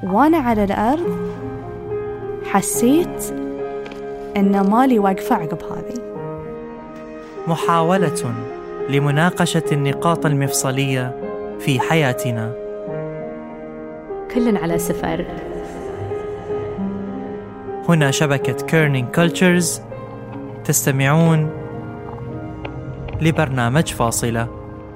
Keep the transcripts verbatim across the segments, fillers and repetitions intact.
وأنا على الأرض حسيت إن مالي واقفة عقب هذه. محاولة لمناقشة النقاط المفصلية في حياتنا. كلن على سفر. هنا شبكة كيرنينج كولتشرز، تستمعون لبرنامج فاصلة.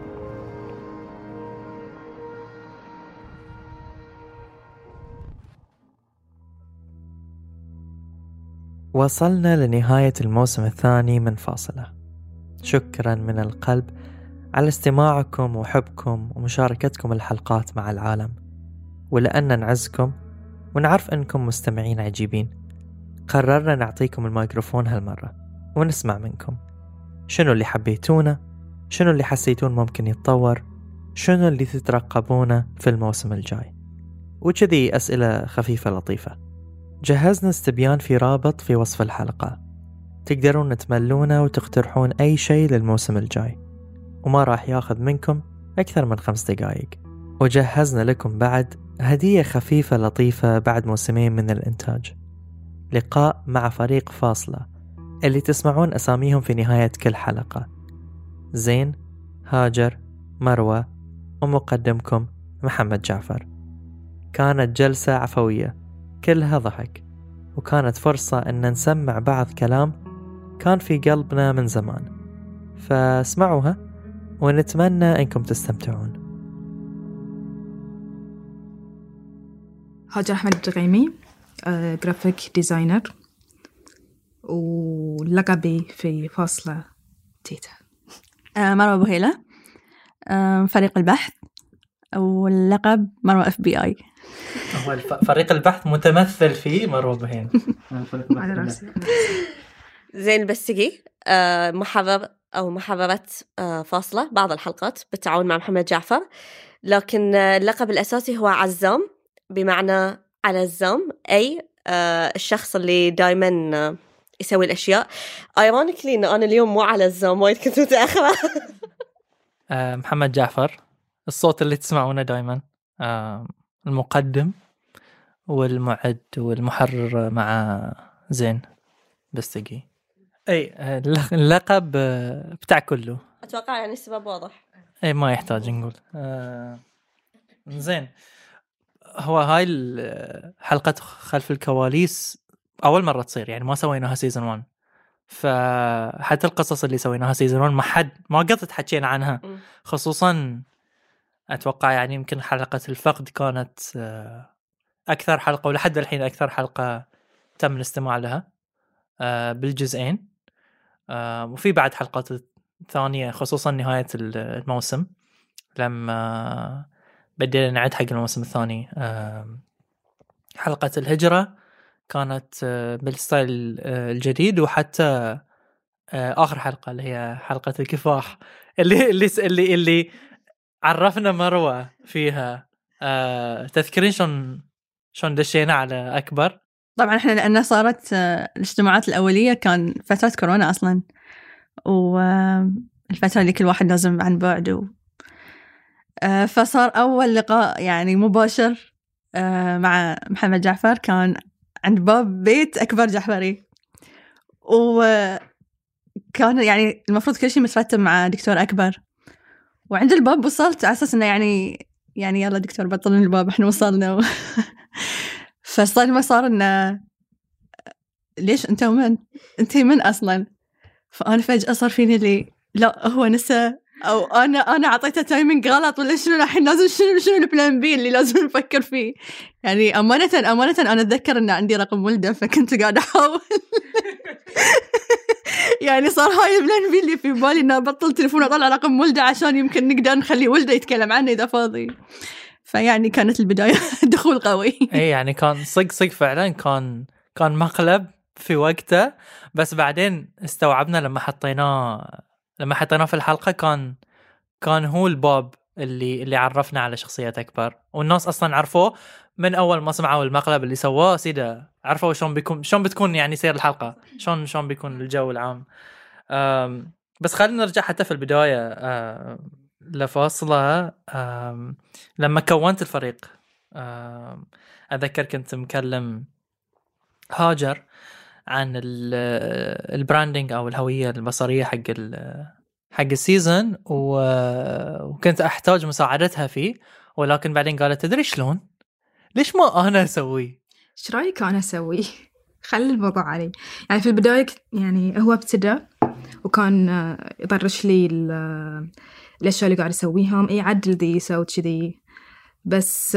وصلنا لنهاية الموسم الثاني من فاصلة. شكرا من القلب على استماعكم وحبكم ومشاركتكم الحلقات مع العالم، ولأن نعزكم ونعرف أنكم مستمعين عجيبين قررنا نعطيكم الميكروفون هالمرة ونسمع منكم. شنو اللي حبيتونا؟ شنو اللي حسيتون ممكن يتطور؟ شنو اللي تترقبونه في الموسم الجاي؟ وكذي أسئلة خفيفة لطيفة. جهزنا استبيان في رابط في وصف الحلقة، تقدرون تملونه وتقترحون أي شيء للموسم الجاي، وما راح ياخذ منكم أكثر من خمس دقائق. وجهزنا لكم بعد هدية خفيفة لطيفة بعد موسمين من الإنتاج، لقاء مع فريق فاصلة اللي تسمعون أساميهم في نهاية كل حلقة: زين، هاجر، مروة، ومقدمكم محمد جعفر. كانت جلسة عفوية كلها ضحك، وكانت فرصة أن نسمع بعض كلام كان في قلبنا من زمان، فاسمعوها ونتمنى أنكم تستمتعون. هاجر أحمد الدغيمي، جرافيك ديزاينر، ولقبي في فاصلة تيتا. مروة بوهيلة، فريق البحث، واللقب مروة اف بي اي. هو فريق البحث متمثل في مروة بوهيلة. على راسي. زين البستقي، محرر أو محررة فاصلة بعض الحلقات بالتعاون مع محمد جعفر، لكن اللقب الأساسي هو عزام، بمعنى على الزام، أي الشخص اللي دايما يسوي الأشياء. ايرونيكلي إنه أنا اليوم مو على الزام، وايد كنت متأخرة. محمد جعفر، الصوت اللي تسمعونه دايما، المقدم والمعد والمحرر مع زين بستقي. اي اللقب بتاع كله اتوقع يعني السبب واضح، اي ما يحتاج نقول. آه زين، هو هاي حلقة خلف الكواليس اول مرة تصير، يعني ما سويناها سيزن واحد، فحتى القصص اللي سويناها سيزن واحد ما حد ما قطت حكينا عنها. خصوصا اتوقع يعني يمكن حلقة الفقد كانت اكثر حلقة، ولحد الحين اكثر حلقة تم الاستماع لها بالجزئين. وفي بعد حلقات ثانية، خصوصا نهاية الموسم لما بدينا نعد حق الموسم الثاني. حلقة الهجرة كانت بالستايل الجديد، وحتى آخر حلقة اللي هي حلقة الكفاح اللي اللي اللي, اللي عرفنا مروة فيها. تذكرين شلون شلون دشينا على أكبر؟ طبعا احنا لأنه صارت الاجتماعات الأولية كان فترة كورونا أصلا، والفترة اللي كل واحد لازم عن بعد و... فصار أول لقاء يعني مباشر مع محمد جعفر كان عند باب بيت أكبر جعفري، وكان يعني المفروض كل شيء مترتب مع دكتور أكبر، وعند الباب وصلت على أساس إنه يعني يعني يلا دكتور بطلين الباب إحنا وصلنا و... فصار ما صار إنه ليش أنت ومن أنت من أصلا. فأنا فجأة صار فيني اللي لا هو نسى، أو أنا أنا عطيته تايمينج غلط، ولا شنو الحين لازم شنو شنو البلان بي اللي لازم نفكر فيه. يعني أمانة أمانة أنا أتذكر إن عندي رقم ولده، فكنت قاعدة أحاول يعني صار هاي البلان بي اللي في بالي إنه بطل تليفون أطلع رقم ولده عشان يمكن نقدر نخلي ولده يتكلم عنه إذا فاضي. فيعني كانت البداية دخول قوي. أي يعني كان صق صق فعلا، كان كان مقلب في وقته، بس بعدين استوعبنا لما حطيناه لما حطيناه في الحلقة كان كان هو الباب اللي اللي عرفنا على شخصية أكبر، والناس أصلا عرفوه من أول ما سمعوا المقلب اللي سواه سيدا، عرفوا شلون بيكون شلون بتكون يعني سير الحلقة، شلون شلون بيكون الجو العام. بس خلينا نرجع حتى في البداية لفاصلة لما كونت الفريق. أذكر كنت مكلم هاجر عن البراندنج أو الهوية البصرية حق حق السيزن، وكنت أحتاج مساعدتها فيه، ولكن بعدين قالت تدري شلون؟ ليش ما أنا أسوي؟ إيش رأيك أنا أسوي؟ خلي الموضوع علي. يعني في البداية يعني هو ابتدى وكان يطرش لي الأشياء اللي قاعد يسويهم، إيه عدل ذي سوي كذي، بس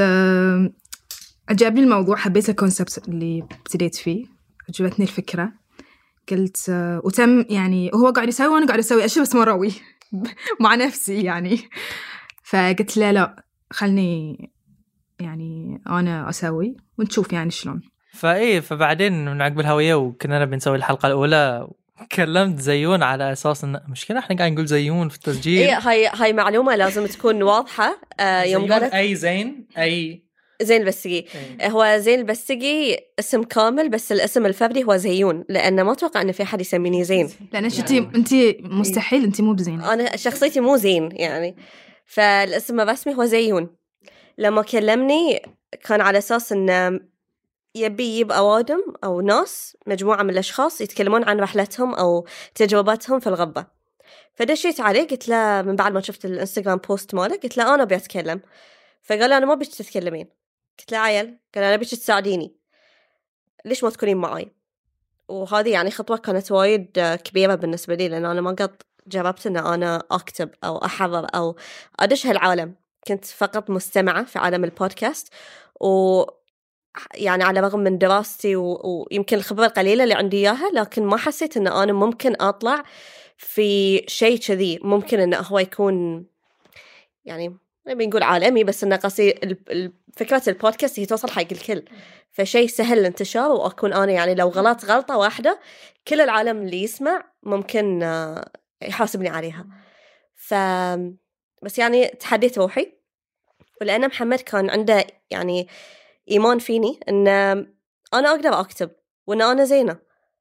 عجبني الموضوع، حبيت الكونسبت اللي ابتديت فيه، عجبتني الفكرة. قلت وتم يعني هو قاعد يسوي وأنا قاعد أسوي أشياء بس مروي مع نفسي يعني. فقلت لا لا خلني يعني أنا أسوي ونشوف يعني شلون. فايه فبعدين من عقب الهوية وكنا نبي نسوي الحلقة الأولى، كلمت زيون على أساس إن مشكلة إحنا قاعد نقول زيون في التسجيل. إيه هاي هاي معلومة لازم تكون واضحة. آه يوم قالت أي زين أي زين البسقي، هو زين البسقي اسم كامل، بس الاسم الفردي هو زيون، لأن ما أتوقع إن في حد يسميني زين، لأن أنتي أنتي مستحيل أنتي مو بزين، أنا شخصيتي مو زين يعني، فالاسم الرسمي هو زيون. لما كلمني كان على أساس إن يبي يبقى أوادم أو ناس مجموعة من الأشخاص يتكلمون عن رحلتهم أو تجرباتهم في الغربة. فدشيت عليه قلت له من بعد ما شفت الانستغرام بوست ماله، قلت له أنا بيتكلم. فقال أنا ما بيش تتكلمين. قلت له عيل، قال أنا بيش تساعديني، ليش ما تكونين معاي؟ وهذه يعني خطوة كانت وايد كبيرة بالنسبة لي، لأن أنا ما قد جربت أن أنا أكتب أو أحرر أو أدش هالعالم، كنت فقط مستمعة في عالم البودكاست. و يعني على الرغم من دراستي و... ويمكن الخبرة القليلة اللي عندي إياها، لكن ما حسيت أن أنا ممكن أطلع في شيء كذي، ممكن أنه هو يكون يعني بنقول عالمي، بس أنه قصي فكرة البودكاست هي توصل حق الكل، فشيء سهل الانتشار، وأكون أنا يعني لو غلط غلطة واحدة كل العالم اللي يسمع ممكن يحاسبني عليها. ف بس يعني تحديت روحي، ولأن محمد كان عنده يعني إيمان فيني أن أنا أقدر أكتب وأن أنا زينة،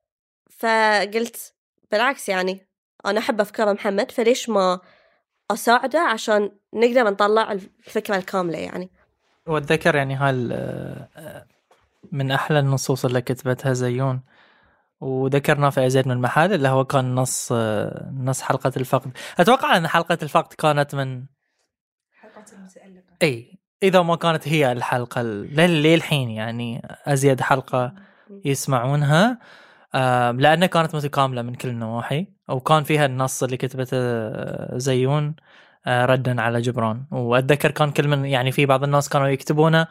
فقلت بالعكس يعني أنا أحب أفكار محمد، فليش ما أساعده عشان نقدر نطلع الفكرة الكاملة يعني. وأتذكر يعني هال من أحلى النصوص اللي كتبتها زيون، وذكرنا في أزيد من المحال اللي هو كان نص نص حلقة الفقد. أتوقع أن حلقة الفقد كانت من حلقة المتألقة، أي إذا ما كانت هي الحلقة للحين يعني أزيد حلقة يسمعونها، لأنها كانت متكاملة من كل النواحي، وكان فيها النص اللي كتبته زيون ردا على جبران. وأتذكر كان كل من يعني في بعض الناس كانوا يكتبونه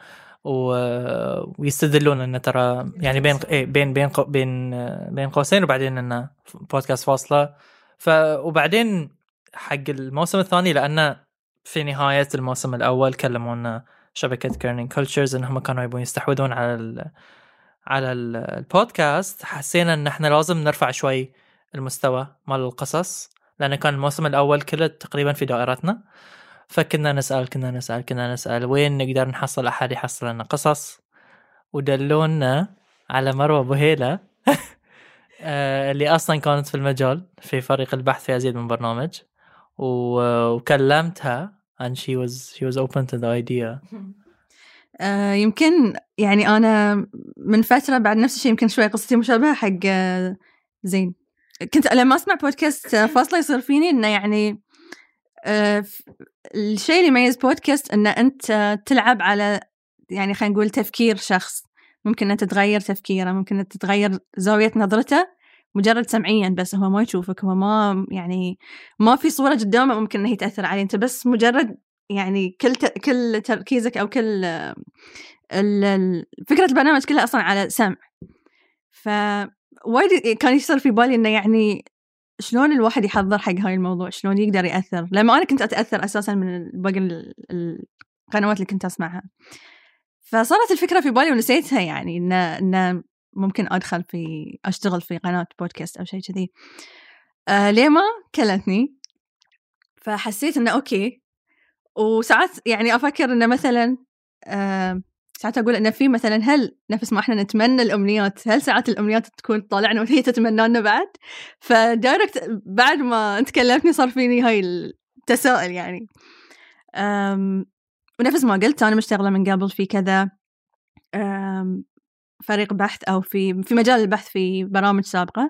ويستدلون أن ترى يعني بين بين بين بين بين قوسين وبعدين أنه بودكاست فاصلة. ف وبعدين حق الموسم الثاني، لأن في نهاية الموسم الأول كلمونا شبكة كيرنينج كولتشرز إنهم كانوا يبون يستحوذون على ال على البودكاست، حسينا إن إحنا لازم نرفع شوي المستوى مال القصص، لأن كان الموسم الأول كله تقريبا في دائرتنا، فكنا نسأل كنا نسأل كنا نسأل وين نقدر نحصل أحد يحصل لنا قصص، ودلونا على مروة بوهيلة اللي أصلا كانت في المجال في فريق البحث في أزيد من برنامج، وكلمتها and she was she was open to the idea. آه يمكن يعني أنا من فترة بعد نفس الشيء، يمكن شوي قصتي مشابهة حق زين. كنت لما أسمع بودكاست فاصلة يصير فيني إنه يعني آه الشيء اللي يميز بودكاست إنه أنت تلعب على يعني خلينا نقول تفكير شخص، ممكن أن تتغير تفكيره، ممكن أن تتغير زاوية نظرته مجرد سمعيا بس، هو ما يشوفك، هو ما يعني ما في صورة قدامه ممكن أنه يتأثر عليه، أنت بس مجرد يعني كل ت... كل تركيزك أو كل ال... فكرة البرنامج كلها أصلا على سمع. فوايد كان يصير في بالي إنه يعني شلون الواحد يحضر حق هاي الموضوع، شلون يقدر يأثر، لما أنا كنت أتأثر أساسا من باقي القنوات اللي كنت أسمعها. فصارت الفكرة في بالي ونسيتها، يعني إن إن ممكن أدخل في أشتغل في قناة بودكاست أو شيء كذي. آه ليه ما كلتني، فحسيت إنه أوكي. وساعات يعني أفكر إنه مثلا آه ساعات أقول إنه في مثلا هل نفس ما إحنا نتمنى الأمنيات، هل ساعات الأمنيات تكون طالعنا وهي تتمنى لنا بعد؟ فدايركت بعد ما تكلمتني صار فيني هاي التساؤل يعني. ونفس ما قلت أنا مشتغلة من قبل في كذا فريق بحث أو في في مجال البحث في برامج سابقة.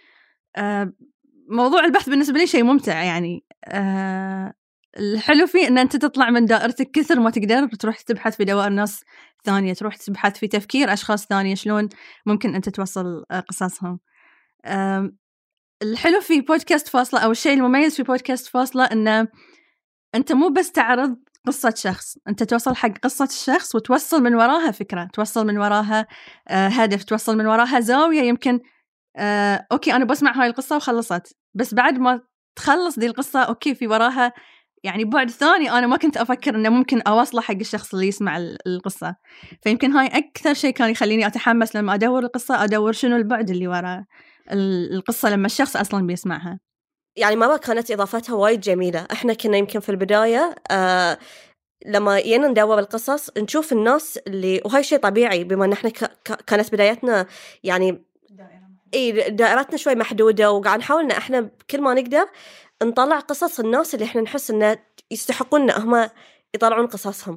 موضوع البحث بالنسبة لي شيء ممتع يعني. الحلو فيه أن أنت تطلع من دائرتك كثر ما تقدر، تروح تبحث في دوائر ناس ثانية، تروح تبحث في تفكير أشخاص ثانية شلون ممكن أنت توصل قصصهم. الحلو في بودكاست فاصلة أو الشيء المميز في بودكاست فاصلة أنه أنت مو بس تعرض قصة شخص، أنت توصل حق قصة الشخص وتوصل من وراها فكرة، توصل من وراها هدف، توصل من وراها زاوية. يمكن أوكي أنا بسمع هاي القصة وخلصت، بس بعد ما تخلص دي القصة أوكي في وراها يعني بعد ثاني أنا ما كنت أفكر أنه ممكن أوصله حق الشخص اللي يسمع القصة. فيمكن هاي أكثر شيء كان يخليني أتحمس لما أدور القصة، أدور شنو البعد اللي وراء القصة لما الشخص أصلاً بيسمعها. يعني مرة كانت إضافتها وايد جميلة. إحنا كنا يمكن في البداية آه لما ينا ندور القصص نشوف الناس اللي، وهاي شيء طبيعي بما أن إحنا ك... كانت بدايتنا يعني إيه دائرتنا شوي محدودة، وقاعد نحاول إن إحنا بكل ما نقدر نطلع قصص الناس اللي إحنا نحس إنه يستحقون هم يطلعون قصصهم.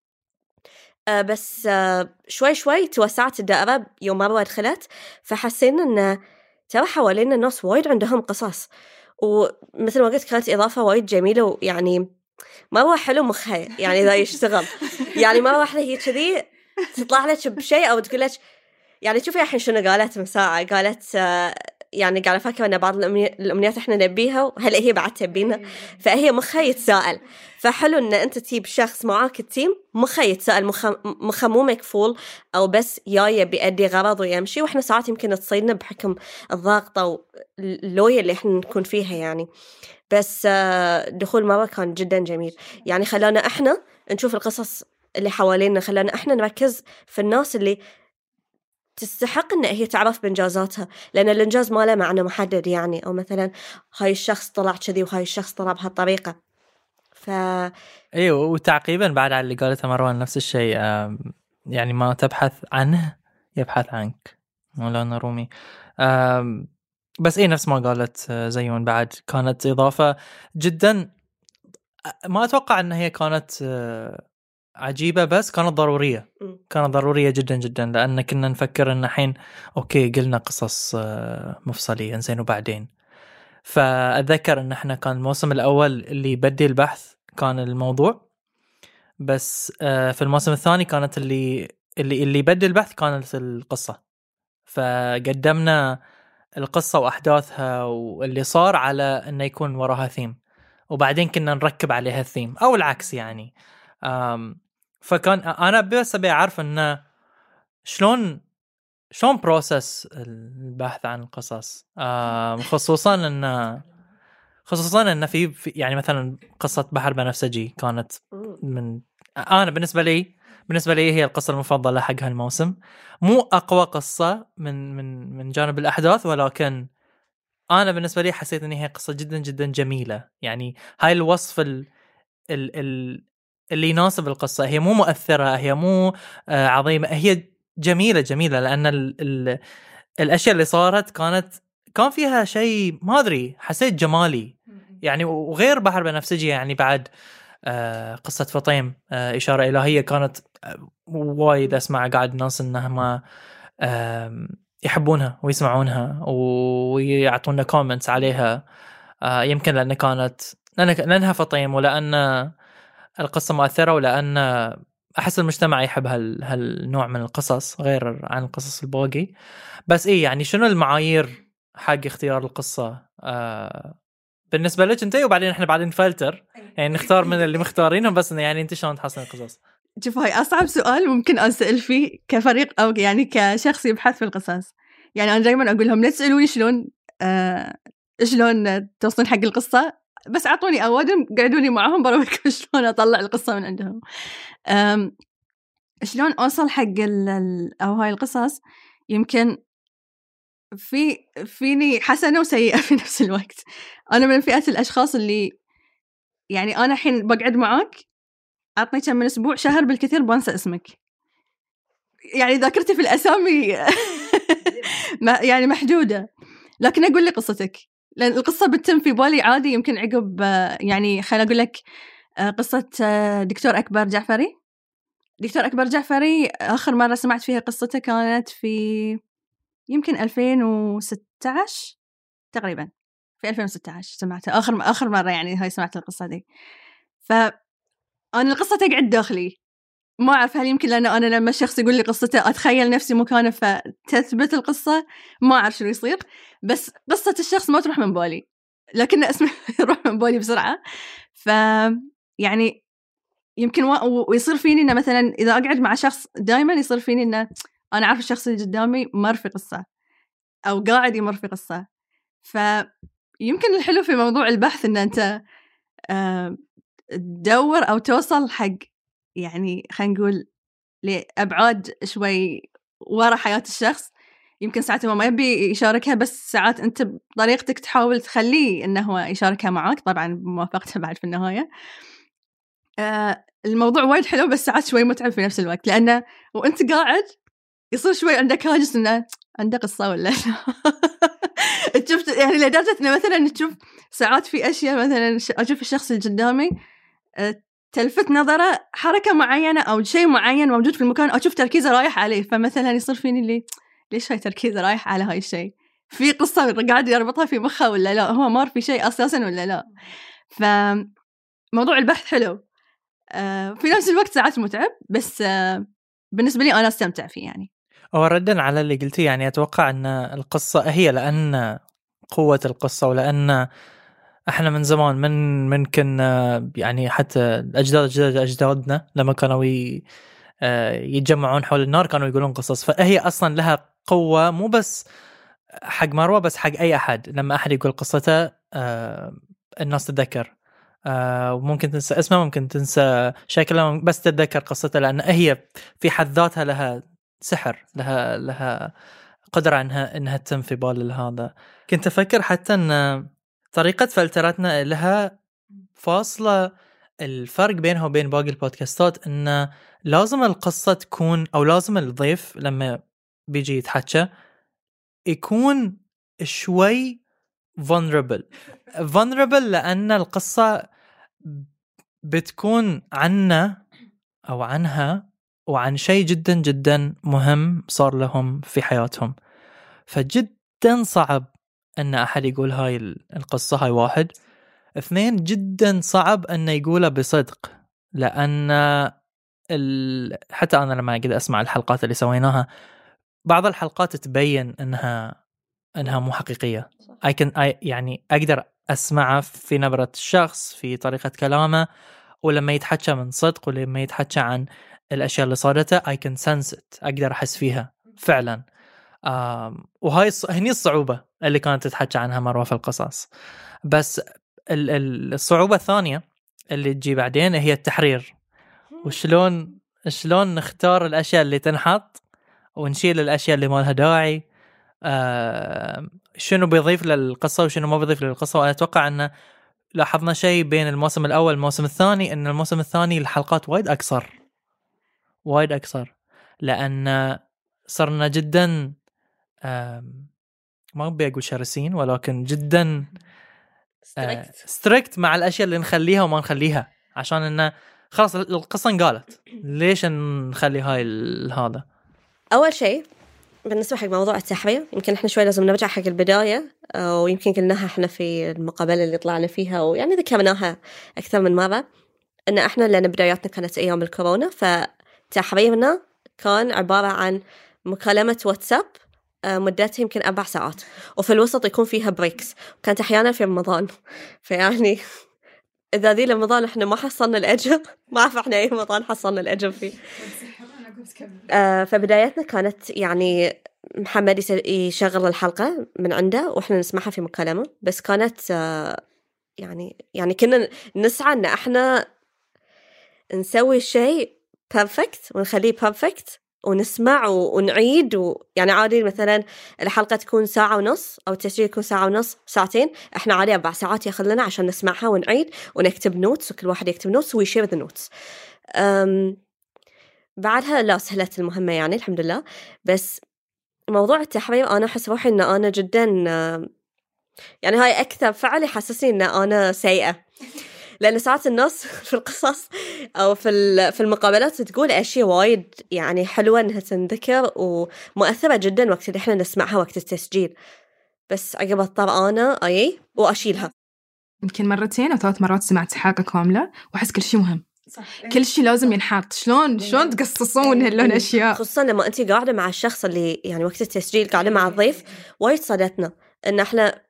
آه بس آه شوي شوي توسعت الدائرة يوم مرة دخلت، فحسينا إنه ترى حوالينا الناس وايد عندهم قصص، ومثل ما قلت كانت إضافة وايد جميلة. ويعني مرة حلو مخها يعني إذا يشتغل يعني مرة واحدة هي كذي تطلع لك بشيء أو تقول لك يعني شوفي الحين شنو قالت من ساعة، قالت آه يعني قاعدة أفكر أن بعض الأمنيات إحنا نبيها وهل هي بعد تبينا، فهي مخها يتساءل. فحلو أن أنت تجيب شخص معاك التيم مخها يتساءل، مخها مو مكفول أو بس جاي بيأدي غرض ويمشي. وإحنا ساعات يمكن تصيدنا بحكم الضغط أو اللوية اللي إحنا نكون فيها يعني. بس دخول مرة كان جدا جميل، يعني خلانا إحنا نشوف القصص اللي حوالينا، خلانا إحنا نركز في الناس اللي تستحق إن هي تعرف بإنجازاتها، لأن الإنجاز ما له معنى محدد يعني، أو مثلا هاي الشخص طلع كذي وهاي الشخص طلع بهالطريقة. ف ايوه، وتعقيبا بعد على اللي قالتها مروان نفس الشيء، يعني ما تبحث عنه يبحث عنك، مولانا رومي. بس ايه نفس ما قالت زيون، بعد كانت إضافة جدا ما أتوقع أن هي كانت عجيبة، بس كانت ضرورية، كانت ضرورية جدا جدا، لأن كنا نفكر أن حين أوكي قلنا قصص مفصلية إنزين وبعدين. فأتذكر أن احنا كان الموسم الأول اللي بدي البحث كان الموضوع، بس في الموسم الثاني كانت اللي اللي اللي بدي البحث كانت القصة. فقدمنا القصة وأحداثها واللي صار على أنه يكون وراها ثيم، وبعدين كنا نركب عليها الثيم أو العكس يعني. فكان أنا بس أبي أعرف أنه شلون شلون بروسس البحث عن القصص، خصوصا أن خصوصا أن في يعني مثلا قصة بحر بنفسجي كانت من أنا بالنسبة لي بالنسبة لي هي القصة المفضلة حق هالموسم. مو أقوى قصة من من من جانب الأحداث، ولكن أنا بالنسبة لي حسيت إن هي قصة جدا جدا جميلة. يعني هاي الوصف ال ال ال اللي يناسب القصة، هي مو مؤثرة، هي مو آه عظيمة، هي جميلة جميلة، لأن ال ال الأشياء اللي صارت كانت كان فيها شيء ما أدري، حسيت جمالي يعني. وغير بحر بنفسجي يعني بعد آه قصة فطيم آه إشارة إلهية كانت آه وايد أسمع قاعد ناس إنها آه يحبونها ويسمعونها ويعطونا كومنتس عليها، آه يمكن لأن كانت لأنها فطيم، ولأن القصة مؤثرة، ولأن أحس المجتمع يحب هال هالنوع من القصص غير عن القصص الباقي. بس إيه يعني شنو المعايير حق اختيار القصة آه بالنسبة لك أنت؟ وبعدين إحنا بعدين نفلتر يعني نختار من اللي مختارينهم، بس يعني أنت شلون تحسن القصص؟ شوف هاي أصعب سؤال ممكن أسأل فيه كفريق أو يعني كشخص يبحث في القصص. يعني أنا دايما أقول لهم لا تسألوني شلون آه شلون توصلون حق القصة، بس أعطوني أودم قعدوني معهم برويكم شلون أطلع القصة من عندهم. شلون أوصل حق ال أو هاي القصص. يمكن في فيني حسنة وسيئة في نفس الوقت. أنا من فئة الأشخاص اللي يعني أنا حين بقعد معاك أعطني كم من أسبوع شهر بالكثير بنسى اسمك، يعني ذاكرتي في الأسامي يعني محدودة، لكن أقول لي قصتك، لأن القصة بتتم في بالي عادي. يمكن عقب يعني خليني أقول لك قصة دكتور أكبر جعفري. دكتور أكبر جعفري آخر مرة سمعت فيها قصته كانت في يمكن ألفين وستة عشر تقريبا، في ألفين وستة عشر سمعتها آخر آخر مرة يعني هاي سمعت القصة دي. فأنا القصة تقعد داخلي، ما أعرف هل يمكن لأنه أنا لما الشخص يقول لي قصته أتخيل نفسي مكانه فتثبت القصة، ما أعرف شو يصير، بس قصة الشخص ما تروح من بالي لكن اسمه يروح من بالي بسرعة. ف يعني يمكن و... ويصير فيني إنه مثلا إذا أقعد مع شخص دائما يصير فيني إنه أنا عارف الشخص اللي قدامي مر في قصة أو قاعد يمر في قصة. فيمكن الحلو في موضوع البحث إن أنت أه تدور أو توصل حق يعني خلينا نقول لأبعاد شوي ورا حياة الشخص. يمكن ساعات هو ما يبي يشاركها، بس ساعات أنت بطريقتك تحاول تخليه إنه هو يشاركها معاك، طبعا بموافقته بعد في النهاية. آه الموضوع وايد حلو، بس ساعات شوي متعب في نفس الوقت، لأنه وأنت قاعد يصير شوي عندك هاجس إنه عنده قصة ولا لا. تشوف يعني لدرجة إنه مثلا تشوف ساعات في أشياء، مثلا أشوف الشخص اللي قدامي آه تلفت نظره حركة معينة أو شيء معين موجود في المكان، أشوف تركيزه رايح عليه، فمثلا يصير فيني اللي ليش هاي تركيزه رايح على هاي الشيء، في قصة قاعد يربطها في مخه ولا لا، هو مار في شيء أساسا ولا لا. فموضوع البحث حلو آه في نفس الوقت ساعات متعب، بس آه بالنسبة لي أنا أستمتع فيه يعني. أو ردا على اللي قلتي، يعني أتوقع أن القصة هي لأن قوة القصة، ولأن احنا من زمان من من كنا يعني حتى اجداد اجداد اجدادنا لما كانوا يتجمعون حول النار كانوا يقولون قصص، فهي اصلا لها قوه مو بس حق مروه بس حق اي احد. لما احد يقول قصته الناس تتذكر، وممكن تنسى اسمه، ممكن تنسى شكله، بس تتذكر قصته، لان هي في حد ذاتها لها سحر، لها لها قدره انها انها تتم في بال هذا. كنت افكر حتى ان طريقة فلترتنا لها فاصلة الفرق بينها وبين باقي البودكاستات، إن لازم القصة تكون أو لازم الضيف لما بيجي يتحكى يكون شوي vulnerable vulnerable لأن القصة بتكون عنه أو عنها وعن شيء جدا جدا مهم صار لهم في حياتهم. فجدا صعب أن أحد يقول هاي القصة، هاي واحد. اثنين، جدا صعب أن يقوله بصدق، لأن ال... حتى أنا لما قد أسمع الحلقات اللي سويناها، بعض الحلقات تبين أنها أنها مو حقيقية. I can... I... يعني أقدر أسمعه في نبرة الشخص، في طريقة كلامه، ولما يتحكى من صدق ولما يتحكى عن الأشياء اللي صارته I can sense it، أقدر أحس فيها فعلا. آه وهاي الص... هني الصعوبة اللي كانت تتحكى عنها مروة في القصص. بس ال... ال... الصعوبة الثانية اللي تجي بعدين هي التحرير، وشلون شلون نختار الأشياء اللي تنحط ونشيل الأشياء اللي ما لها داعي، آه شنو بيضيف للقصة وشنو ما بيضيف للقصة. وأنا أتوقع أن لاحظنا شيء بين الموسم الأول والموسم الثاني، أن الموسم الثاني الحلقات وايد أكثر وايد أكثر لأن صرنا جدا ما أبي أقول شرسين، ولكن جدا ستريكت مع الأشياء اللي نخليها وما نخليها، عشان إنه خلاص القصة انقالت، ليش نخلي هاي هذا. أول شيء بالنسبة حق موضوع التحرير، يمكن إحنا شوي لازم نرجع حق البداية، ويمكن قلناها إحنا في المقابلة اللي طلعنا فيها، ويعني ذكرناها أكثر من مرة، إن إحنا لأن بداياتنا كانت أيام الكورونا، فتحريرنا كان عبارة عن مكالمة واتساب مدتها يمكن أربع ساعات، وفي الوسط يكون فيها بريكس، وكانت أحيانا في رمضان. فيعني إذا ذي رمضان إحنا ما حصلنا الأجر، ما أعرف إحنا أي رمضان حصلنا الأجر فيه. آه فبدايتنا كانت يعني محمد يشغل الحلقة من عنده وإحنا نسمعها في مكالمة، بس كانت آه يعني يعني كنا نسعى إن إحنا نسوي شيء بيرفكت ونخليه بيرفكت ونسمع ونعيد، ويعني عادي مثلا الحلقة تكون ساعة ونص أو التسجيل يكون ساعة ونص ساعتين، إحنا عادي أربع ساعات ياخذ لنا عشان نسمعها ونعيد ونكتب نوتس، وكل واحد يكتب نوتس ويشير ذا نوتس. بعدها لا سهلت المهمة يعني الحمد لله. بس موضوع التحرير أنا أحس روحي إن أنا جدا يعني هاي أكثر فعل يحسسني إن أنا سيئة، لأن ساعات الناس في القصص أو في في المقابلات تقول أشياء وايد يعني حلوة إنها تنذكر ومؤثرة جدا وقت اللي إحنا نسمعها وقت التسجيل، بس عقب اضطر أنا أي وأشيلها. يمكن مرتين أو ثلاث مرات سمعت حلقة كاملة وأحس كل شيء مهم، صح. كل شيء لازم ينحط. شلون شلون تقصصون هاللون أشياء، خصوصا لما أنت قاعدة مع الشخص اللي يعني وقت التسجيل قاعدة مع الضيف. وايد صادتنا إن إحنا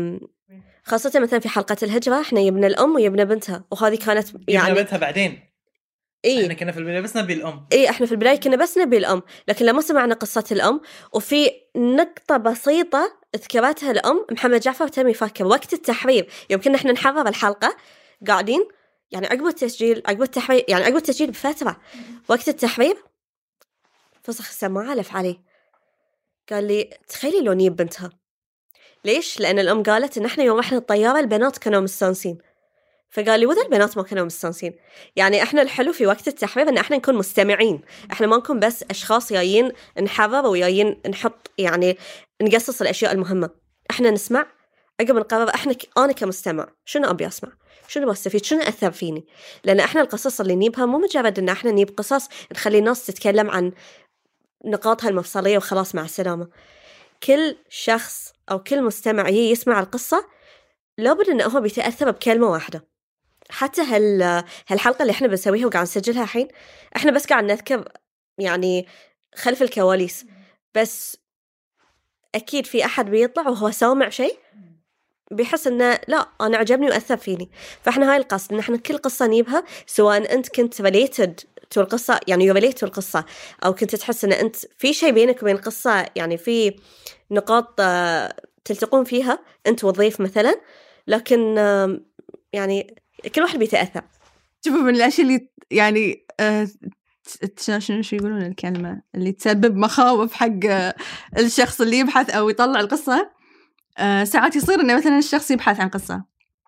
خاصة مثلا في حلقة الهجرة إحنا يبنى الأم ويبنى بنتها، وهذه كانت يعني يبنى بنتها بعدين. إيه؟ إحنا كنا في البداية بس نبي الأم. إيه إحنا في البداية كنا بس نبي الأم، لكن لما سمعنا قصة الأم وفي نقطة بسيطة ذكرتها الأم، محمد جعفر تم يفكر وقت التحرير يوم كنا إحنا نحرر الحلقة قاعدين يعني عقب التسجيل عقب التحرير يعني عقب التسجيل بفترة وقت التحرير فسخ السماعة لف علي قال لي تخيلي لو نجيب بنتها. ليش؟ لأن الأم قالت إن إحنا يوم إحنا الطيارة البنات كانوا مستانسين، فقال لي وذا البنات ما كانوا مستانسين. يعني إحنا الحلو في وقت التحرير إن إحنا نكون مستمعين، إحنا ما نكون بس أشخاص جايين نحرر وجايين نحط يعني نقصص الأشياء المهمة. إحنا نسمع عقب نقرر إحنا ك... أنا كمستمع شنو أبي أسمع، شنو بستفيد، شنو أثر فيني. لأن إحنا القصص اللي نجيبها مو مجرد إن إحنا نجيب قصص نخلي الناس تتكلم عن نقاطها المفصلية وخلاص مع السلامة. كل شخص أو كل مستمع يسمع القصة لابد إنه هو بيتأثر بكلمة واحدة. حتى هال هالحلقة اللي إحنا بنسويها وقاعد نسجلها الحين إحنا بس قاعد نذكر يعني خلف الكواليس، بس أكيد في أحد بيطلع وهو سامع شيء بيحس إنه لا أنا عجبني وأثر فيني. فإحنا هاي القصد إن إحنا كل قصة نجيبها سواء أنت كنت related تو القصة يعني relate تو القصة أو كنت تحس إن أنت في شيء بينك وبين القصة يعني في نقاط تلتقون فيها أنت والضيف مثلا، لكن يعني كل واحد بيتأثر. شوفوا من الأشياء اللي يعني آه شنو شو يقولون الكلمة اللي تسبب مخاوف حق الشخص اللي يبحث أو يطلع القصة. آه ساعات يصير إنه مثلا الشخص يبحث عن قصة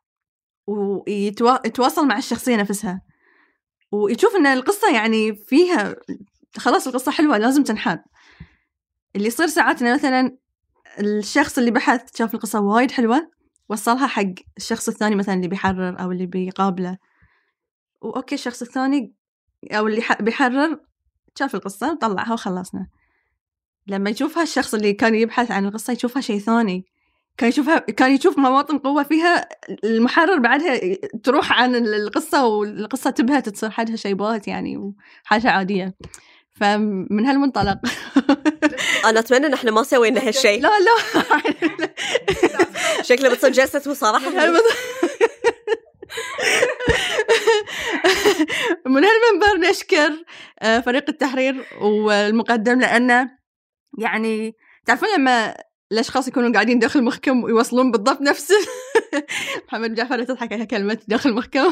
ويتواصل مع الشخصية نفسها ويشوف إن القصة يعني فيها خلاص القصة حلوة لازم تنحاد. اللي يصير ساعات إنه مثلا الشخص اللي بحث شاف القصة وايد حلوة وصلها حق الشخص الثاني مثلا اللي بيحرر أو اللي بيقابله، وأوكي الشخص الثاني أو اللي بيحرر شاف القصة وطلعها وخلصنا. لما يشوفها الشخص اللي كان يبحث عن القصة يشوفها شيء ثاني، كان يشوفها كان يشوف مواطن قوة فيها المحرر بعدها تروح عن القصة والقصة تبهت تصير حدها شيبات يعني وحاجة عادية. فمن هالمنطلق أنا أتمنى إن إحنا ما سوينا هالشيء. لا لا شكله بتصير جلسة مصارحة. من هالمنبر نشكر فريق التحرير والمقدم، لأنه يعني تعرفون لما الأشخاص يكونوا قاعدين داخل مخكم ويوصلون بالضبط نفس محمد جعفر تضحك على كلمة داخل مخكم.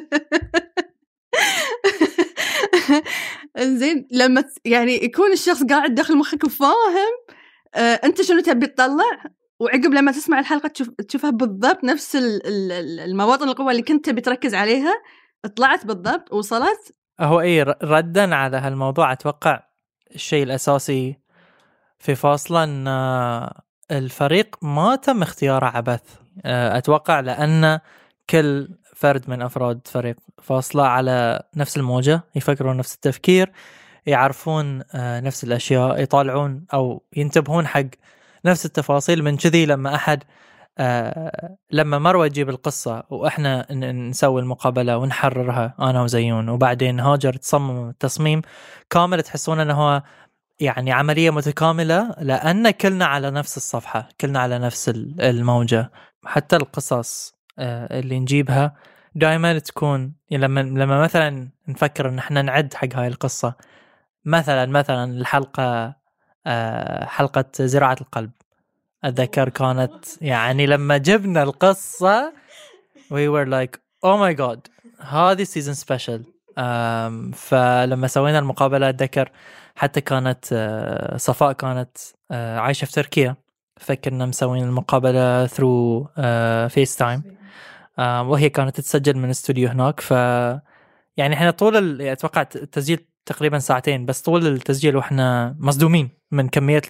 زين لما يعني يكون الشخص قاعد داخل مخك وفاهم آه أنت شنو تبي تطلع، وعقب لما تسمع الحلقة تشوف تشوفها بالضبط نفس المواطن القوة اللي كنت بتركز عليها طلعت بالضبط وصلت. هو إيه ردا على هالموضوع أتوقع الشيء الأساسي في فاصلة أن الفريق ما تم اختياره عبث. أتوقع لأن كل فرد من أفراد فريق فاصلة على نفس الموجة، يفكرون نفس التفكير، يعرفون نفس الأشياء، يطالعون أو ينتبهون حق نفس التفاصيل. من كذي لما أحد لما مروة تجيب القصة وإحنا نسوي المقابلة ونحررها أنا وزيون وبعدين هاجر تصمم التصميم كامل، تحسون أنه هو يعني عملية متكاملة لأن كلنا على نفس الصفحة، كلنا على نفس الموجة. حتى القصص اللي نجيبها دائما تكون لما لما مثلا نفكر ان احنا نعد حق هاي القصة، مثلا مثلا الحلقة حلقة زراعة القلب أتذكر كانت يعني لما جبنا القصة we were like oh my god هذه season special. فلما سوينا المقابلة أتذكر حتى كانت صفاء كانت عايشة في تركيا، فكرنا مسوين المقابلة through فيس تايم وهي كانت تتسجل من استوديو هناك. ف يعني احنا طول اتوقع التسجيل تقريبا ساعتين، بس طول التسجيل واحنا مصدومين من كمية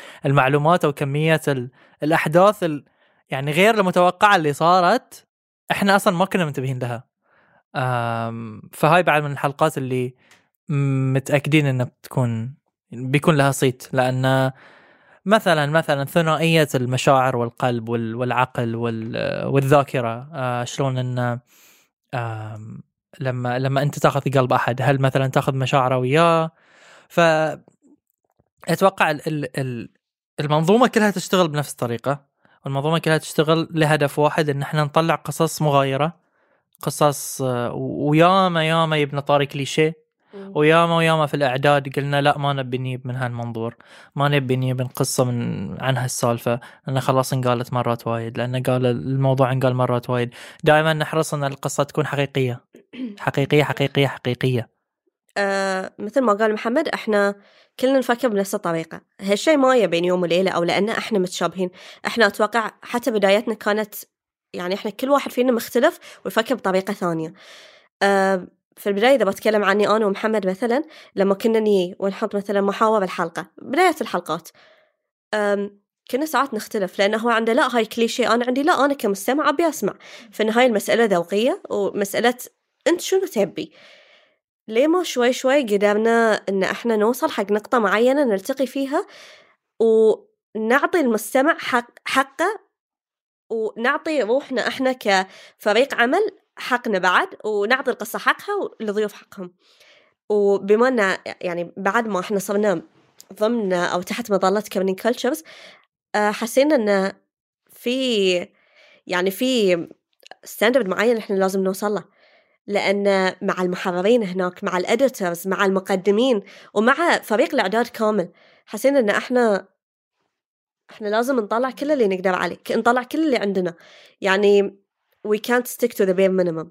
المعلومات او كمية الاحداث يعني غير المتوقعة اللي صارت احنا اصلا ما كنا منتبهين لها. فهاي بعد من الحلقات اللي متأكدين انها بتكون بيكون لها صيت، لان مثلا مثلا ثنائية المشاعر والقلب والعقل والذاكرة، شلون ان لما لما انت تاخذ قلب احد، هل مثلا تاخذ مشاعره وياه؟ فأتوقع المنظومة كلها تشتغل بنفس الطريقة، والمنظومة كلها تشتغل لهدف واحد، ان احنا نطلع قصص مغايرة، قصص وياما ياما يبنى طاري كليشيه، وياما وياما في الإعداد قلنا لا ما نبي نجيب من هالمنظور، ما نبي نجيب قصة من عن هالسالفة، لأن خلاص انقالت مرات وايد، لأن قال الموضوع انقال مرات وايد. دائما نحرص أن القصة تكون حقيقية حقيقية حقيقية حقيقية. آه مثل ما قال محمد، احنا كلنا نفكر بنفس الطريقة. هالشيء ما يبين يوم وليلة أو لأن احنا متشابهين. احنا أتوقع حتى بدايتنا كانت يعني احنا كل واحد فينا مختلف ويفكر بطريقة ثانية. آه في البداية إذا بتكلم عني أنا ومحمد مثلا، لما كنا ني ونحط مثلا محاور الحلقة بداية الحلقات، كنا ساعات نختلف، لأنه هو عنده لا هاي كليشي، أنا عندي لا أنا كمستمع أبي أسمع. فإن هاي المسألة ذوقية ومسألة أنت شنو تبي. ليه ما شوي شوي قدرنا إن إحنا نوصل حق نقطة معينة نلتقي فيها ونعطي المستمع حق حقه، ونعطي روحنا إحنا كفريق عمل حقنا بعد، ونعطي القصة حقها والضيوف حقهم. وبما أن يعني بعد ما إحنا صرنا ضمن أو تحت مظلة كابنين كولتشرز، حسينا أن في يعني في ستاندرد معين إحنا لازم نوصل له، لأن مع المحررين هناك، مع الأديترز، مع المقدمين، ومع فريق الإعداد كامل، حسينا أن إحنا إحنا لازم نطلع كل اللي نقدر عليه، نطلع كل اللي عندنا. يعني we can't stick to the bare minimum.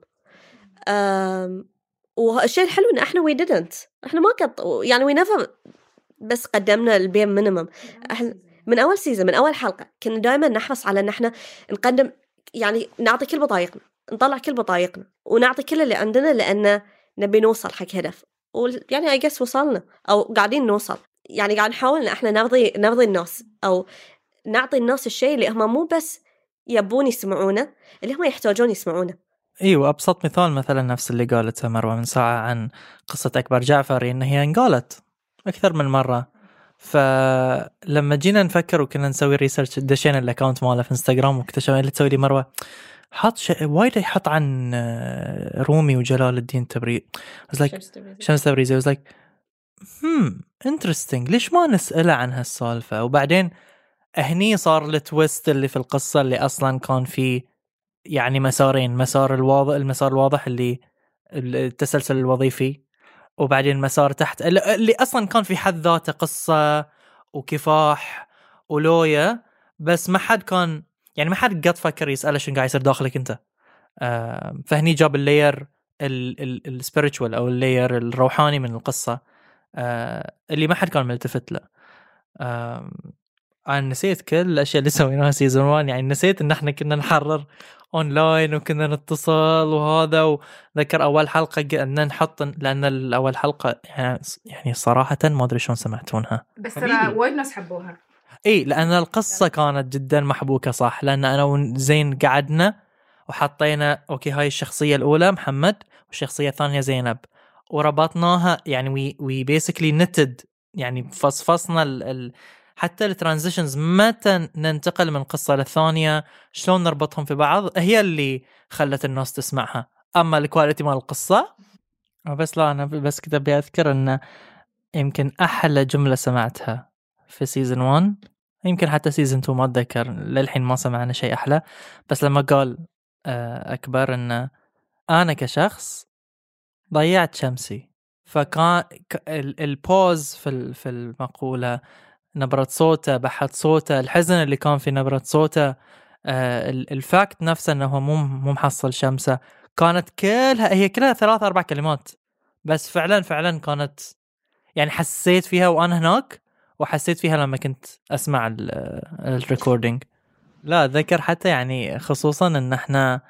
um, والشيء الحلو إن إحنا we didn't إحنا ما قط يعني we never بس قدمنا البير مينيمم. إحنا من أول سيزن، من أول حلقة كنا دائما نحرص على إن إحنا نقدم، يعني نعطي كل بطايقنا، نطلع كل بطايقنا، ونعطي كل اللي عندنا، لأن نبي نوصل حق هدف. ويعني I guess وصلنا أو قاعدين نوصل. يعني قاعد نحاول إن إحنا نرضي نرضي الناس، أو نعطي الناس الشيء اللي هم مو بس يبون يسمعونه، اللي هم يحتاجون يسمعونه. ايوه، ابسط مثال مثلا نفس اللي قالتها مروه من ساعه عن قصه اكبر جعفر، ان هي انقالت اكثر من مره. فلما جينا نفكر وكنا نسوي ريسيرش، دشينا الاكونت ماله في انستغرام واكتشفنا اللي تسوي لي مروه حط شيء وايد يحط عن رومي وجلال الدين التبريزي. I was like شمس تبريزي. I was like hmm interesting، ليش ما نسأله عن هالسالفه؟ وبعدين هني صار التويست اللي في القصه، اللي اصلا كان في يعني مسارين، مسار الواضح المسار الواضح اللي التسلسل الوظيفي، وبعدين مسار تحت اللي أصلا كان في حد ذاته قصة وكفاح ولويا، بس ما حد كان يعني ما حد قد فكر يسأله شنو قاعد يصير داخلك أنت. آه فهني جاب اللاير السبيريتشوال أو اللاير الروحاني من القصة، آه اللي ما حد كان ملتفت له. آه أنا نسيت كل الأشياء اللي سويناها سيزون واحد، يعني نسيت إن إحنا كنا نحرر أونلاين وكنا نتصل وهذا. وذكر أول حلقة أن نحط، لأن الأول حلقة يعني صراحة ما أدري شلون سمعتونها، بس ترى وايد ناس حبوها. إيه، لأن القصة كانت جدا محبوكة صح، لأن أنا وزين قعدنا وحطينا أوكي هاي الشخصية الأولى محمد والشخصية الثانية زينب، وربطناها يعني وي وي بيسكلي نتد، يعني فصفصنا ال ال حتى الترانزيشنز متى ننتقل من قصة للثانية، شلون نربطهم في بعض، هي اللي خلت الناس تسمعها. أما الكواليتي مال القصة بس لا، أنا بس كده بأذكر أن يمكن أحلى جملة سمعتها في سيزن واحد، يمكن حتى سيزن اثنين ما أتذكر، للحين ما سمعنا شيء أحلى، بس لما قال أكبر أن أنا كشخص ضيعت شمسي، فكان البوز في في المقولة، نبرة صوته، بحث صوته، الحزن اللي كان في نبرة صوته، آه الفاكت نفسه أنه مو مو محصل شمسه، كانت كلها هي كلها ثلاث أربع كلمات، بس فعلا فعلا كانت يعني حسيت فيها وأنا هناك، وحسيت فيها لما كنت أسمع الريكوردينج. لا أتذكر حتى يعني خصوصا أن احنا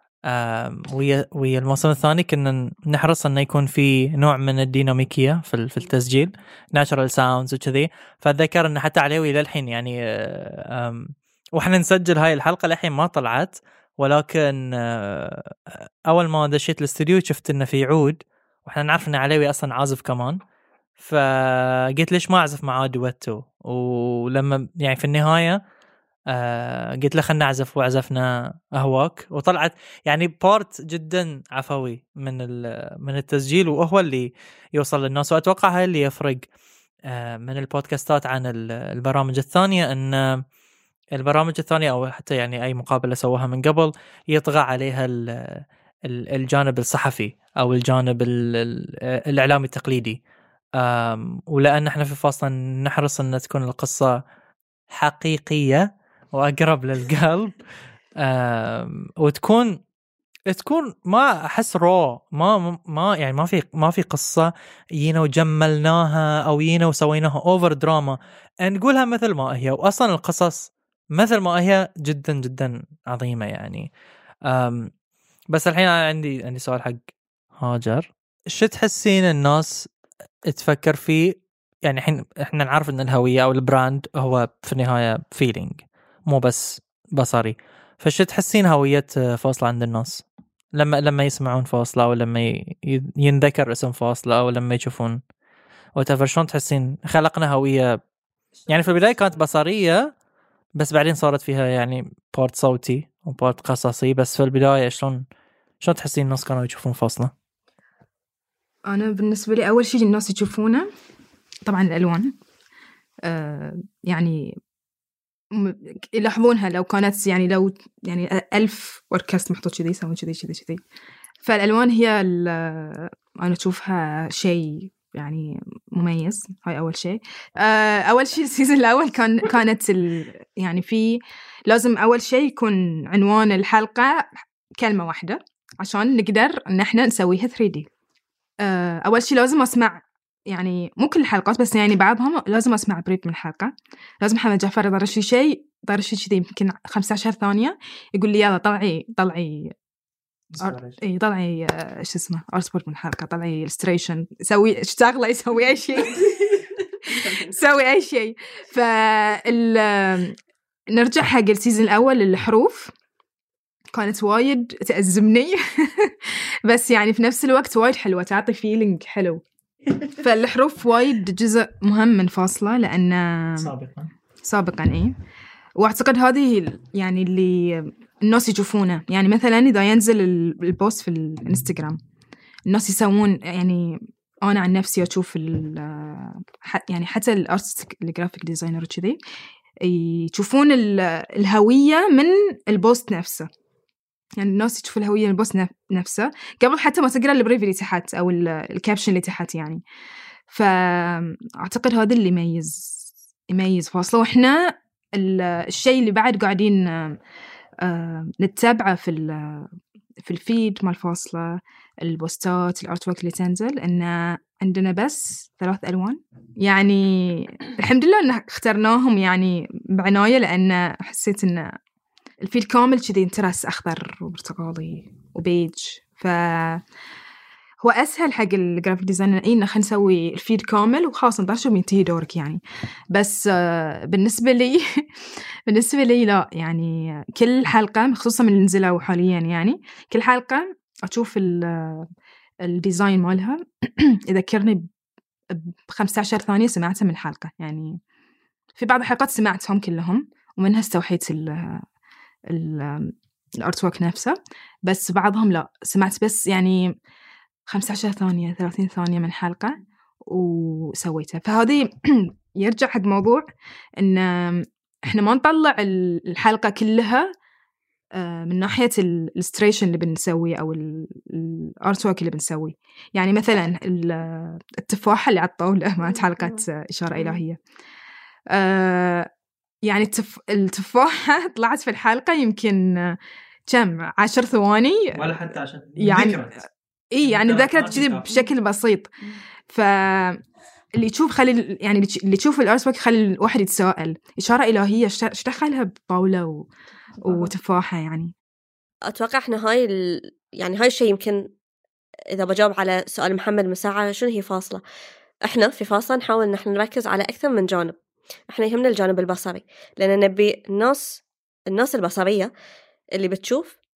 آه ويا ويا الموسم الثاني كنا نحرص أنه يكون في نوع من الديناميكية في في التسجيل، natural sounds وكذي. فأتذكر أن حتى عليه إلى الحين يعني آه وإحنا نسجل هاي الحلقة للحين ما طلعت، ولكن أول ما دشيت الاستوديو شفت إنه في عود، وإحنا نعرف إن علوي أصلا عازف كمان، فقلت ليش ما أعزف معاه دويتو. ولما يعني في النهاية آه قلت له خلنا نعزف، وعزفنا أهواك، وطلعت يعني بارت جدا عفوي من من التسجيل، وهو اللي يوصل للناس. وأتوقع هاي اللي يفرق آه من البودكاستات عن البرامج الثانية، أن البرامج الثانية أو حتى يعني أي مقابلة سووها من قبل يطغى عليها الجانب الصحفي أو الجانب الإعلامي التقليدي. ولأن احنا في فاصل نحرص أن تكون القصة حقيقية وأقرب للقلب، وتكون تكون ما أحس رو ما ما يعني ما في ما في قصة يينا وجملناها أو يينا وسويناها أوفر دراما، نقولها مثل ما هي. وأصلا القصص مثل ما هي جدا جدا عظيمة يعني. بس الحين عندي عندي سؤال حق هاجر، شو تحسين الناس تفكر فيه؟ يعني الحين احنا نعرف ان الهوية او البراند هو في النهاية فيلينج مو بس بصري، فشو تحسين هوية فاصلة عند الناس لما لما يسمعون فاصلة، او لما ينذكر اسم فاصلة، او لما يشوفون وتفر؟ شلون تحسين خلقنا هوية؟ يعني في البداية كانت بصرية، بس بعدين صارت فيها يعني بارت صوتي وبارت قصصي. بس في البداية شلون شلون تحسين الناس كانوا يشوفون فاصلة؟ أنا بالنسبة لي أول شيء الناس يشوفونه طبعا الألوان. آه يعني يلاحظونها لو كانت يعني لو يعني ألف وركست محطوط كذي يسوون كذي كذي كذي، فالألوان هي أنا أشوفها شيء يعني مميز. هاي أول شيء. آه أول شيء السيزون الأول كان كانت ال يعني في لازم أول شيء يكون عنوان الحلقة كلمة واحدة عشان نقدر إن إحنا نسويها ثري دي. آه أول شيء لازم أسمع يعني مو كل الحلقات بس يعني بعضهم لازم أسمع بريف من الحلقة. لازم محمد جعفر يضرش لي شيء يضرش لي كذي يمكن خمسة عشر ثانية يقول لي يلا طلعي طلعي أر... اي طلعي ايش اسمه ارسبورت من الحلقة، طلعي الستريشن، سوي اشتغله يسوي اي شيء سوي اي شيء. فال نرجع حق السيزون الأول. الحروف كانت وايد تأزمني بس يعني في نفس الوقت وايد حلوة، تعطي فيلينج حلو. فالحروف وايد جزء مهم من فاصلة لأن سابقا سابقا إيه. وأعتقد هذه يعني اللي الناس يشوفونه. يعني مثلا إذا ينزل البوست في الانستغرام الناس يسوون يعني أنا عن نفسي أشوف يعني حتى الارتست الجرافيك ديزاينر وكذي يشوفون الهوية من البوست نفسه. يعني الناس تشوف الهوية من البوست نفسه قبل حتى ما تقرأ البريف اللي تحت أو الكابشن اللي تحت يعني. فأعتقد هذا اللي يميز يميز فاصلة. وإحنا الشيء اللي بعد قاعدين نتابعه في في الفيد مال فاصلة، البوستات الارت ورك اللي تنزل، إن عندنا بس ثلاث ألوان. يعني الحمد لله إن اخترناهم يعني بعناية، لأن حسيت إن الفيد كامل كذي انترس أخضر وبرتقالي وبيج، فهو أسهل حق الجرافيك ديزاينر إيه إن خلينا نسوي الفيد كامل وخلاص نطرشه وينتهي دورك يعني. بس بالنسبة لي بالنسبة لي لا، يعني كل حلقة خصوصا من اللي نزلوا حاليا يعني كل حلقة أشوف الديزاين مالها يذكرني بخمسة عشر ثانية سمعتها من الحلقة. يعني في بعض الحلقات سمعتهم كلهم ومنها استوحيت ال الارت ورك نفسه، بس بعضهم لا سمعت بس يعني خمسة عشر ثانية ثلاثين ثانية من حلقة وسويتها. فهذه يرجع حق موضوع إن إحنا ما نطلع الحلقة كلها من ناحية الستريشن اللي بنسويه أو الارت ورك اللي بنسويه. يعني مثلا التفاحة اللي على الطاولة مع حلقة إشارة إلهية، يعني التف... التفاحة طلعت في الحلقة يمكن كم عشر ثواني ولا حتى عشان يعني ذكرت. إيه يعني ذكرت كذي بشكل بسيط. فاللي يشوف خلي يعني اللي يشوف الارت ورك خلي الواحد يتساءل إشارة إلهية ايش دخلها بطاولة و... وتفاحة. يعني أتوقع إحنا هاي ال... يعني هاي الشيء يمكن إذا بجاوب على سؤال محمد مساعة شنو هي فاصلة، إحنا في فاصلة نحاول إن إحنا نركز على أكثر من جانب. إحنا يهمنا الجانب البصري، لأن نبي الناس الناس البصرية اللي بتشوف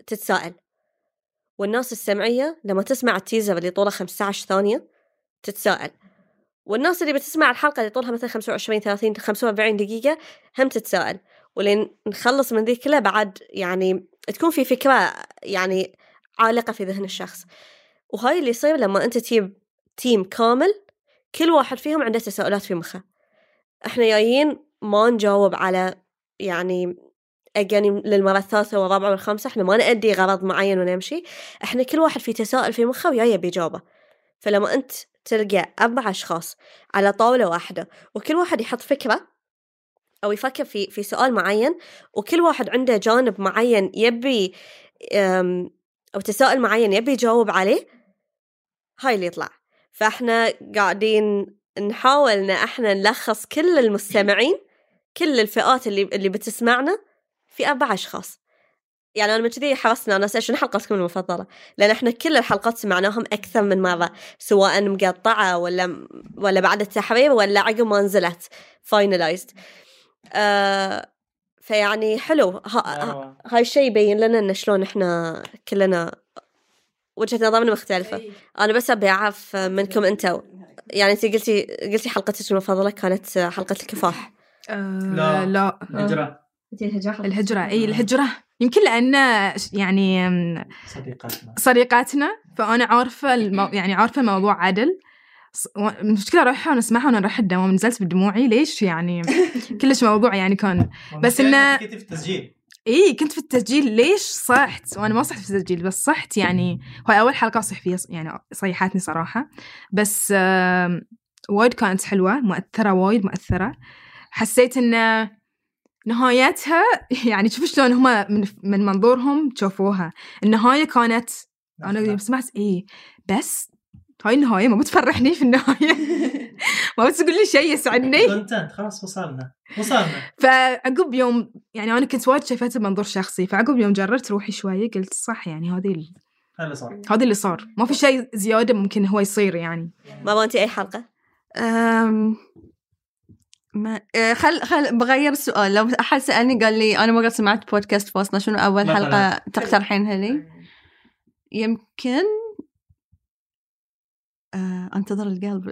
تتساءل، والناس السمعية لما تسمع التيزر اللي طوله خمسة عشر ثانية تتساءل، والناس اللي بتسمع الحلقة اللي طولها مثلا خمسة وعشرين ثلاثين خمسة وأربعين دقيقة هم تتساءل. ولين نخلص من ذي كلها بعد يعني تكون في فكرة يعني عالقة في ذهن الشخص. وهاي اللي يصير لما أنت تجيب تيم كامل كل واحد فيهم عنده تساؤلات في مخه. إحنا جايين ما نجاوب على يعني أجاني للمرة الثالثة والرابعة والخامسة، إحنا ما نأدي غرض معين ونمشي، إحنا كل واحد في تساؤل في مخه وياي بإجابة. فلما أنت تلقى أربع أشخاص على طاولة واحدة وكل واحد يحط فكرة أو يفكر في في سؤال معين، وكل واحد عنده جانب معين يبي أو تساؤل معين يبي يجاوب عليه، هاي اللي يطلع. فإحنا قاعدين نحاول إن إحنا نلخص كل المستمعين، كل الفئات اللي اللي بتسمعنا في أربع أشخاص. يعني أنا من كذي حرصنا أنا شنو حلقتكم المفضلة، لأن إحنا كل الحلقات سمعناهم أكثر من مرة، سواء مقطعة ولا ولا بعد التحرير ولا عقب ما نزلت فاينلايزد. آه فيعني حلو ها هاي الشيء يبين لنا إن شلون إحنا كلنا وجهة نظرنا مختلفة. أنا بس أبي أعرف منكم أنتوا، يعني أنت قلتي قلتي حلقتك المفضلة كانت حلقة الكفاح. آه لا لا الهجرة. الهجرة الهجرة أي الهجرة يمكن لأن يعني صديقاتنا صديقاتنا فأنا عارفة المو... يعني عارفة موضوع عدل. المشكلة أروحها ونسمعها وأنا رايحة الدوام نزلت بدموعي ليش يعني كلش موضوع يعني كان بس إنه كنت في التسجيل. إيه كنت في التسجيل ليش صحت وأنا ما صحت في التسجيل بس صحت يعني هاي أول حلقة صح فيها يعني صيحاتني صراحة بس آه وايد كانت حلوة مؤثرة وايد مؤثرة. حسيت إن نهايتها يعني شوف شلون هما من, من منظورهم تشوفوها النهاية كانت أنا يوم سمعت إيه بس هاي النهاية ما بتفرحني في النهاية ما بتقول لي شيء يسعدني كونتنت خلاص وصلنا وصلنا. فعقب يوم يعني أنا كنت وايد شايفته بمنظور شخصي فعقب يوم جررت روحي شوية قلت صح يعني هذه ال... هذا صار هذا اللي صار ما في شيء زيادة ممكن هو يصير يعني. ما أنتي أي حلقة؟ أم... ما خل خل بغير السؤال. لو أحد سألني قال لي أنا ما قد سمعت بودكاست فاصلة شنو أول مثلاً. حلقة تقترحينها لي؟ يمكن آه، أنتظر القلب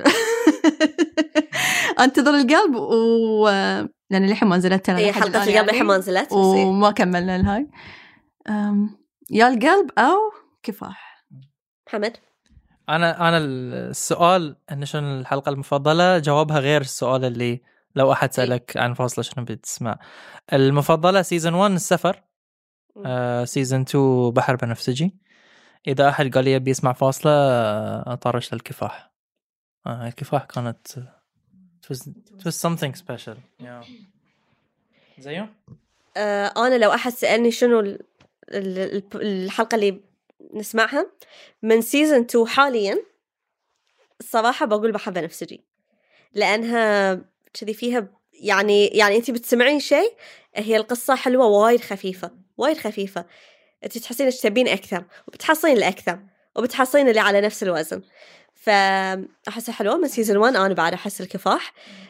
أنتظر القلب و لأن الحين ما نزلت هي حلقة القلب الحين ما نزلت وما كملنا الهاي. يا القلب أو كفاح. محمد أنا أنا السؤال إن شنو الحلقة المفضلة جوابها غير السؤال اللي لو أحد سألك عن فاصلة شنو بتسمع. المفضلة سيزن واحد السفر، آه سيزن اثنين بحر بنفسجي. إذا أحد قال لي يبي يسمع فاصلة أطرش للكفاح. آه الكفاح كانت it was, it was something special. yeah. زيو؟ آه أنا لو أحد سألني شنو ال ال الحلقة اللي نسمعها من سيزن اثنين حاليا الصراحة بقول بحر بنفسجي، لأنها كذي فيها يعني يعني أنتي بتسمعين شيء هي القصة حلوة وايد خفيفة وايد خفيفة، أنتي تحسين إيش تبين أكثر وبتحصين الأكثر وبتحصين اللي على نفس الوزن. فأحسها حلوة. من سيزن واحد أنا بعد أحس الكفاح.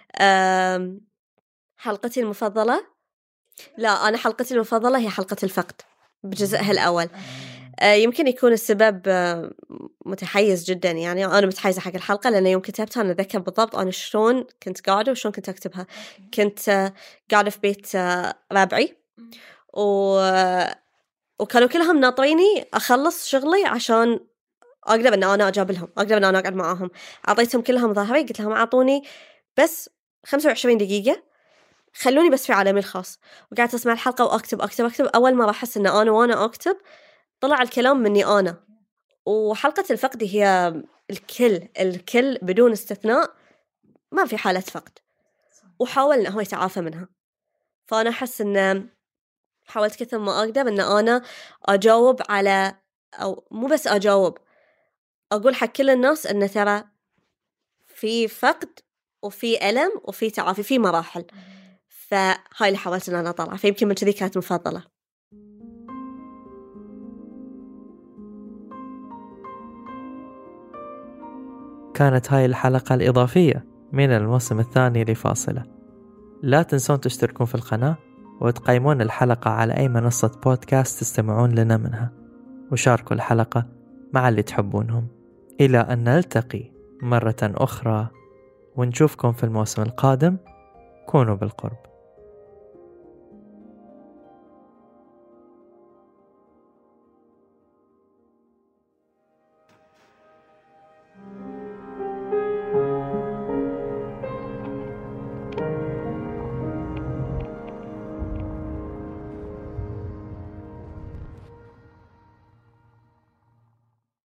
حلقتي المفضلة لا أنا حلقتي المفضلة هي حلقة الفقد بجزءها الأول. يمكن يكون السبب متحيز جدا، يعني أنا متحيزة حق الحلقة لأن يوم كتبتها أنا أذكر بالضبط أنا شلون كنت قاعدة وشلون كنت أكتبها. كنت قاعدة في بيت ربعي و... وكانوا كلهم ناطريني أخلص شغلي عشان أقدر أن أنا أجابلهم، أقدر أن أنا أقعد معاهم. أعطيتهم كلهم ظهري، قلت لهم أعطوني بس خمسة وعشرين دقيقة خلوني بس في عالمي الخاص. وقعدت أسمع الحلقة وأكتب أكتب أكتب. أول ما أحس أن أنا وأنا أكتب طلع الكلام مني أنا. وحلقة الفقد هي الكل الكل بدون استثناء ما في حالة فقد، وحاول أنه هو يتعافى منها. فأنا أحس أن حاولت كثر ما أقدر أن أنا أجاوب على أو مو بس أجاوب أقول حق كل الناس أن ترى في فقد وفي ألم وفي تعافي في مراحل. فهاي اللي حاولت أن أنا أطلع. فيمكن من كذي كانت مفضلة. كانت هاي الحلقة الإضافية من الموسم الثاني لفاصلة. لا تنسون تشتركون في القناة وتقيمون الحلقة على أي منصة بودكاست تستمعون لنا منها، وشاركوا الحلقة مع اللي تحبونهم. إلى أن نلتقي مرة أخرى ونشوفكم في الموسم القادم، كونوا بالقرب.